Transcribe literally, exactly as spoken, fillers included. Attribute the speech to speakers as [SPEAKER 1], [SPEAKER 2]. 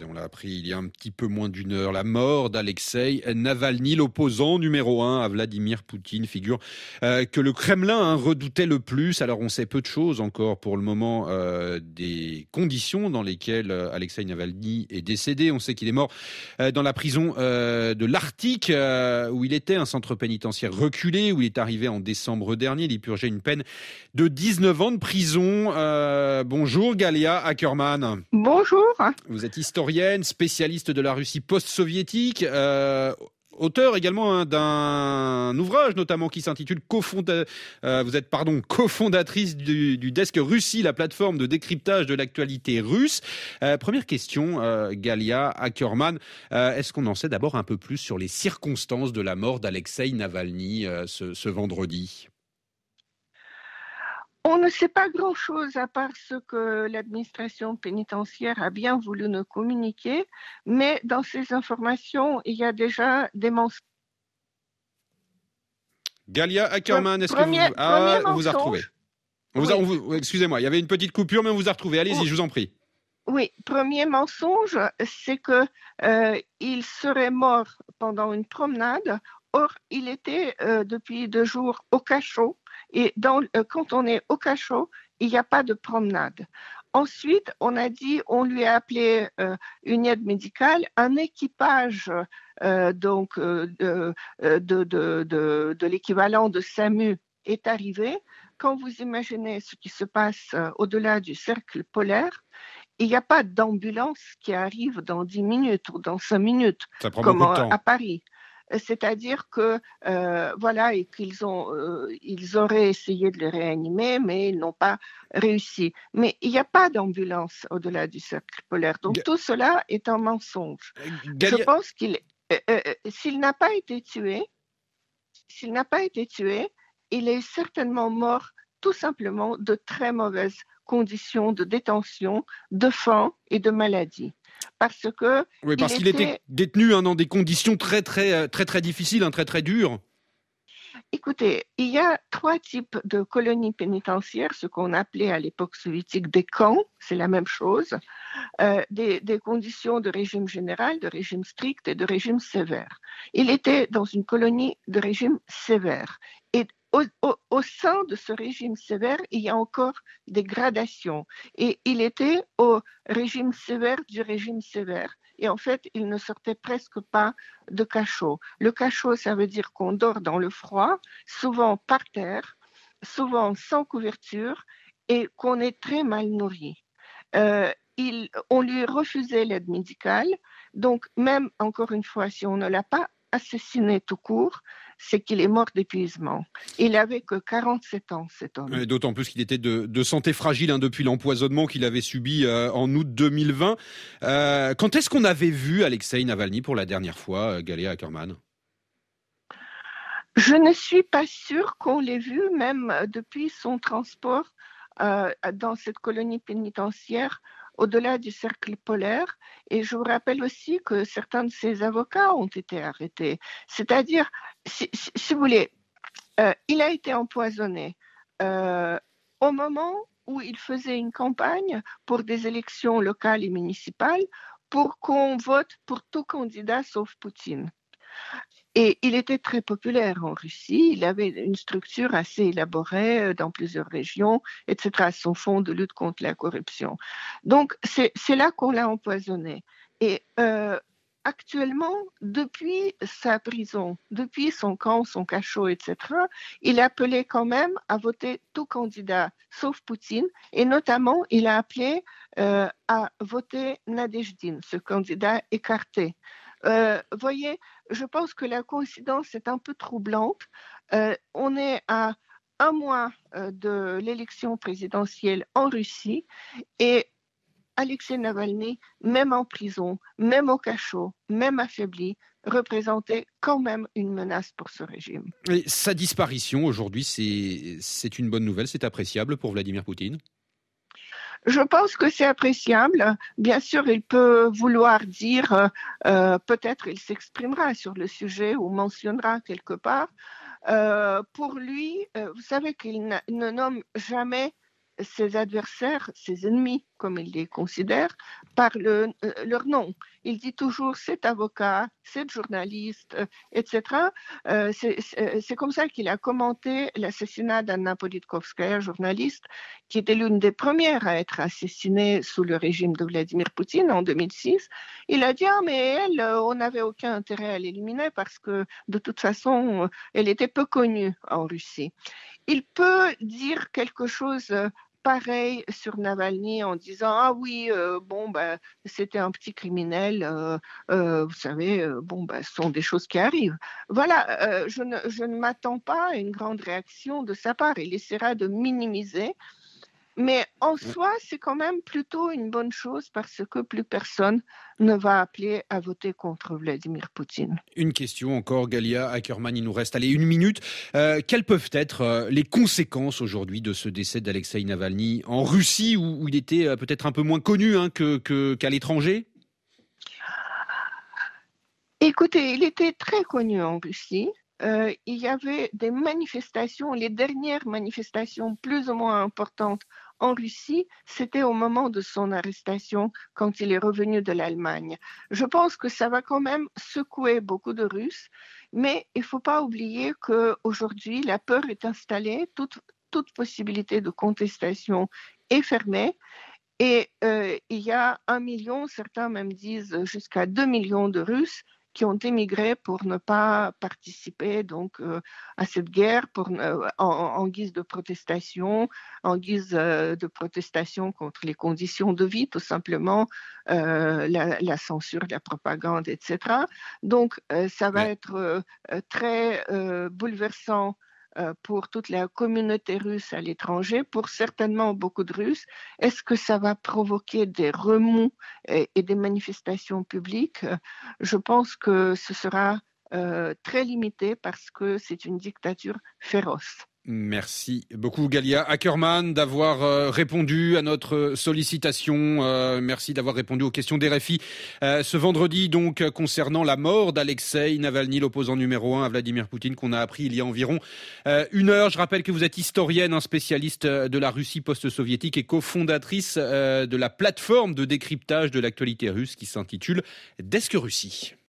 [SPEAKER 1] On l'a appris il y a un petit peu moins d'une heure. La mort d'Alexeï Navalny, l'opposant numéro un à Vladimir Poutine, figure euh, que le Kremlin hein, redoutait le plus. Alors on sait peu de choses encore pour le moment euh, des conditions dans lesquelles euh, Alexeï Navalny est décédé. On sait qu'il est mort euh, dans la prison euh, de l'Arctique euh, où il était, un centre pénitentiaire reculé, où il est arrivé en décembre dernier. Il y purgeait une peine de dix-neuf ans de prison. Euh, bonjour Galia Ackerman.
[SPEAKER 2] Bonjour.
[SPEAKER 1] Vous êtes historienne, spécialiste de la Russie post-soviétique, euh, auteur également hein, d'un ouvrage notamment qui s'intitule Cofonda... euh, vous êtes pardon cofondatrice du, du Desk Russie, la plateforme de décryptage de l'actualité russe. Euh, première question, euh, Galia Ackerman, euh, est-ce qu'on en sait d'abord un peu plus sur les circonstances de la mort d'Alexeï Navalny euh, ce, ce vendredi ?
[SPEAKER 2] On ne sait pas grand-chose à part ce que l'administration pénitentiaire a bien voulu nous communiquer, mais dans ces informations, il y a déjà des mensonges.
[SPEAKER 1] Galia Ackerman, est-ce
[SPEAKER 2] premier,
[SPEAKER 1] que vous... Ah, on vous a retrouvé. On vous a,
[SPEAKER 2] oui.
[SPEAKER 1] on vous... Excusez-moi, il y avait une petite coupure, mais on vous a retrouvé. Allez-y,
[SPEAKER 2] oui.
[SPEAKER 1] je vous en prie.
[SPEAKER 2] Oui, premier mensonge, c'est que euh, il serait mort pendant une promenade. Or, il était euh, depuis deux jours au cachot. Et dans, euh, quand on est au cachot, il n'y a pas de promenade. Ensuite, on a dit, on lui a appelé euh, une aide médicale, un équipage euh, donc euh, de, de, de, de, de l'équivalent de SAMU est arrivé. Quand vous imaginez ce qui se passe euh, au-delà du cercle polaire, il n'y a pas d'ambulance qui arrive dans dix minutes ou dans cinq minutes, comme à Paris. C'est-à-dire que euh, voilà, et qu'ils ont, euh, ils auraient essayé de le réanimer, mais ils n'ont pas réussi. Mais il n'y a pas d'ambulance au-delà du cercle polaire. Donc G- tout cela est un mensonge. Galia... Je pense qu'il, euh, euh, s'il n'a pas été tué, s'il n'a pas été tué, il est certainement mort tout simplement de très mauvaises conditions de détention, de faim et de maladie. Parce que
[SPEAKER 1] oui, parce
[SPEAKER 2] il
[SPEAKER 1] qu'il
[SPEAKER 2] était...
[SPEAKER 1] était détenu hein, dans des conditions très très très très difficiles, hein, très très dures.
[SPEAKER 2] Écoutez, il y a trois types de colonies pénitentiaires, ce qu'on appelait à l'époque soviétique des camps, c'est la même chose, euh, des, des conditions de régime général, de régime strict et de régime sévère. Il était dans une colonie de régime sévère. Et Au, au, au sein de ce régime sévère, il y a encore des gradations. Et il était au régime sévère du régime sévère. Et en fait, il ne sortait presque pas de cachot. Le cachot, ça veut dire qu'on dort dans le froid, souvent par terre, souvent sans couverture, et qu'on est très mal nourri. Euh, il, on lui refusait l'aide médicale. Donc, même, encore une fois, si on ne l'a pas assassiné tout court, c'est qu'il est mort d'épuisement. Il n'avait que quarante-sept ans, cet homme.
[SPEAKER 1] Et d'autant plus qu'il était de, de santé fragile hein, depuis l'empoisonnement qu'il avait subi euh, en août deux mille vingt. Euh, quand est-ce qu'on avait vu Alexeï Navalny pour la dernière fois, euh, Galia Ackerman ?
[SPEAKER 2] Je ne suis pas sûre qu'on l'ait vu, même depuis son transport euh, dans cette colonie pénitentiaire au-delà du cercle polaire. Et je vous rappelle aussi que certains de ses avocats ont été arrêtés. C'est-à-dire, si, si, si vous voulez, euh, il a été empoisonné euh, au moment où il faisait une campagne pour des élections locales et municipales pour qu'on vote pour tout candidat sauf Poutine. Et il était très populaire en Russie, il avait une structure assez élaborée dans plusieurs régions, et cetera, son fonds de lutte contre la corruption. Donc, c'est, c'est là qu'on l'a empoisonné. Et euh, actuellement, depuis sa prison, depuis son camp, son cachot, et cetera, il appelait quand même à voter tout candidat, sauf Poutine, et notamment, il a appelé euh, à voter Nadezhdin, ce candidat écarté. Euh, voyez, je pense que la coïncidence est un peu troublante. Euh, on est à un mois euh, de l'élection présidentielle en Russie et Alexei Navalny, même en prison, même au cachot, même affaibli, représentait quand même une menace pour ce régime.
[SPEAKER 1] Et sa disparition aujourd'hui, c'est, c'est une bonne nouvelle, c'est appréciable pour Vladimir Poutine ?
[SPEAKER 2] Je pense que c'est appréciable. Bien sûr, il peut vouloir dire, euh, peut-être il s'exprimera sur le sujet ou mentionnera quelque part. Euh, pour lui, euh, vous savez qu'il ne nomme jamais ses adversaires, ses ennemis, comme il les considère, par le, euh, leur nom. Il dit toujours cet avocat, cette journaliste, euh, et cetera. Euh, c'est, c'est, c'est comme ça qu'il a commenté l'assassinat d'Anna Politkovskaya, journaliste, qui était l'une des premières à être assassinée sous le régime de Vladimir Poutine en deux mille six. Il a dit ah mais elle, euh, on n'avait aucun intérêt à l'éliminer parce que de toute façon, euh, elle était peu connue en Russie. Il peut dire quelque chose euh, pareil sur Navalny en disant ah oui euh, bon bah c'était un petit criminel euh, euh, vous savez euh, bon bah ce sont des choses qui arrivent voilà euh, je ne je ne m'attends pas à une grande réaction de sa part. Il essaiera de minimiser. Mais en soi, c'est quand même plutôt une bonne chose parce que plus personne ne va appeler à voter contre Vladimir Poutine.
[SPEAKER 1] Une question encore, Galia Ackerman, il nous reste allez, une minute. Euh, quelles peuvent être euh, les conséquences aujourd'hui de ce décès d'Alexeï Navalny en Russie où, où il était euh, peut-être un peu moins connu hein, que, que, qu'à l'étranger?
[SPEAKER 2] Écoutez, il était très connu en Russie. Euh, il y avait des manifestations, les dernières manifestations plus ou moins importantes en Russie, c'était au moment de son arrestation quand il est revenu de l'Allemagne. Je pense que ça va quand même secouer beaucoup de Russes, mais il ne faut pas oublier qu'aujourd'hui, la peur est installée, toute, toute possibilité de contestation est fermée. Et euh, il y a un million, certains même disent jusqu'à deux millions de Russes qui ont émigré pour ne pas participer donc euh, à cette guerre pour, euh, en, en guise de protestation, en guise euh, de protestation contre les conditions de vie, tout simplement, euh, la, la censure, la propagande, et cetera. Donc, euh, ça va
[SPEAKER 1] Ouais.
[SPEAKER 2] être euh, très euh, bouleversant pour toute la communauté russe à l'étranger, pour certainement beaucoup de Russes. Est-ce que ça va provoquer des remous et, et des manifestations publiques? Je pense que ce sera euh, très limité parce que c'est une dictature féroce.
[SPEAKER 1] Merci beaucoup Galia Ackerman d'avoir euh, répondu à notre sollicitation. Euh, merci d'avoir répondu aux questions d'R F I euh, ce vendredi donc concernant la mort d'Alexeï Navalny, l'opposant numéro un à Vladimir Poutine qu'on a appris il y a environ euh, une heure. Je rappelle que vous êtes historienne, un spécialiste de la Russie post-soviétique et cofondatrice euh, de la plateforme de décryptage de l'actualité russe qui s'intitule Desk Russie.